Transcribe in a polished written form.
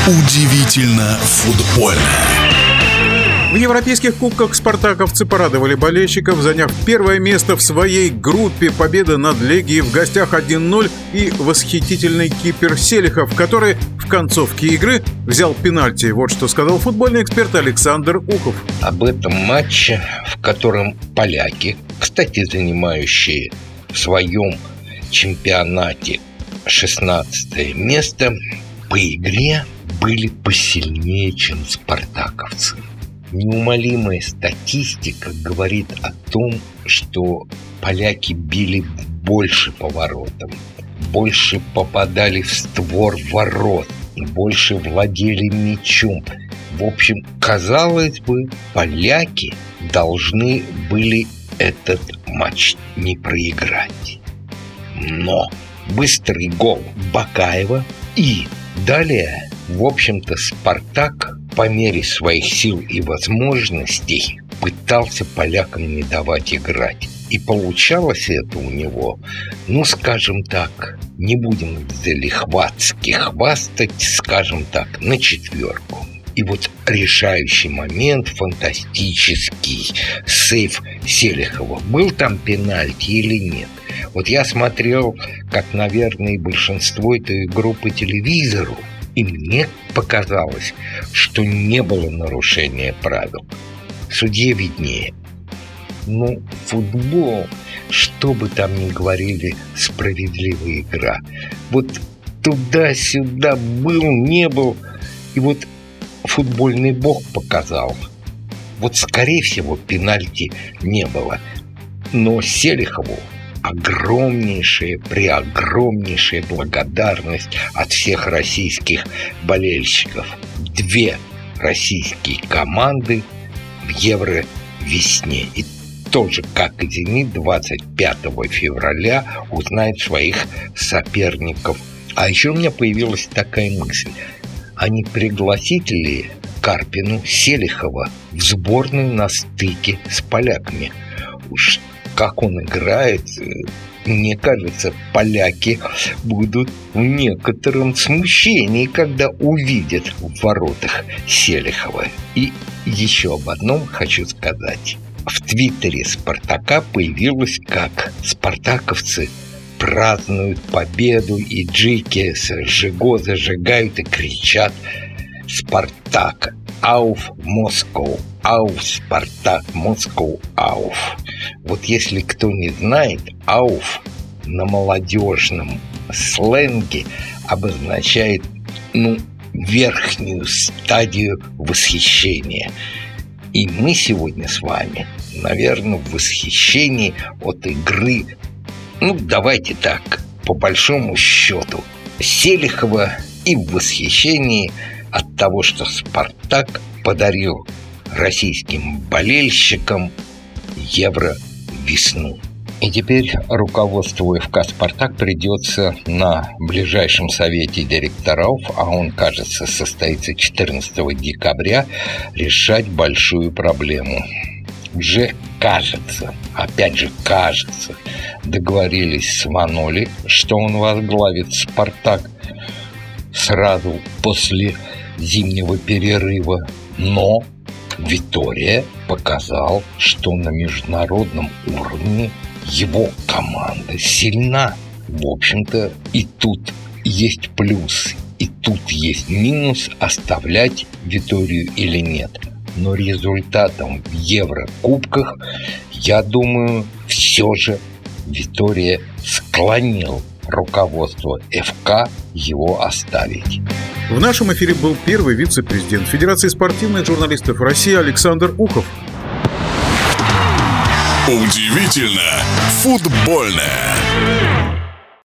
Удивительно футбольно. В европейских кубках спартаковцы порадовали болельщиков, заняв первое место в своей группе. Победа над Легией в гостях 1-0 и восхитительный кипер Селихов, который в концовке игры взял пенальти. Вот что сказал футбольный эксперт Александр Ухов. Об этом матче, в котором поляки, кстати, занимающие в своем чемпионате 16 место, по игре были посильнее, чем спартаковцы. Неумолимая статистика говорит о том, что поляки били больше по воротам, больше попадали в створ ворот, больше владели мячом. В общем, казалось бы, поляки должны были этот матч не проиграть. Но быстрый гол Бакаева и далее, в общем-то, «Спартак» по мере своих сил и возможностей пытался полякам не давать играть. И получалось это у него, скажем так, не будем залихватски хвастать, скажем так, на 4. И вот решающий момент, фантастический сейв Селихова. Был там пенальти или нет? Вот я смотрел, как, наверное, и большинство этой игры по телевизору, и мне показалось, что не было нарушения правил. Судье виднее. Футбол, что бы там ни говорили, справедливая игра. Вот туда-сюда был, не был, и вот футбольный бог показал. Вот, скорее всего, пенальти не было. Но Селихову преогромнейшая благодарность от всех российских болельщиков. 2 российские команды в Евровесне. И тоже, как и «Зенит», 25 февраля узнает своих соперников. А еще у меня появилась такая мысль. А не пригласить ли Карпину Селихова в сборную на стыке с поляками? Уж как он играет, мне кажется, поляки будут в некотором смущении, когда увидят в воротах Селихова. И еще об одном хочу сказать. В твиттере «Спартака» появилось, как спартаковцы празднуют победу, и джики «Жиго» зажигают и кричат «Спартак! Ауф, Москва! Ауф, Спартак, Москва, ауф!» Вот если кто не знает, ауф на молодежном сленге обозначает, верхнюю стадию восхищения. И мы сегодня с вами, наверное, в восхищении от игры, давайте так, по большому счету, Селихова, и в восхищении от того, что «Спартак» подарил российским болельщикам Евровесну. И теперь руководству ФК «Спартак» придется на ближайшем совете директоров, а он, кажется, состоится 14 декабря, решать большую проблему. Уже кажется, договорились с Ваноли, что он возглавит «Спартак» сразу после зимнего перерыва, но Витория показал, что на международном уровне его команда сильна. В общем-то, и тут есть плюс, и тут есть минус, оставлять Виторию или нет. Но результатом в Еврокубках, я думаю, все же Витория склонил руководство ФК его оставить. В нашем эфире был первый вице-президент Федерации спортивных журналистов России Александр Ухов. Удивительно футбольное.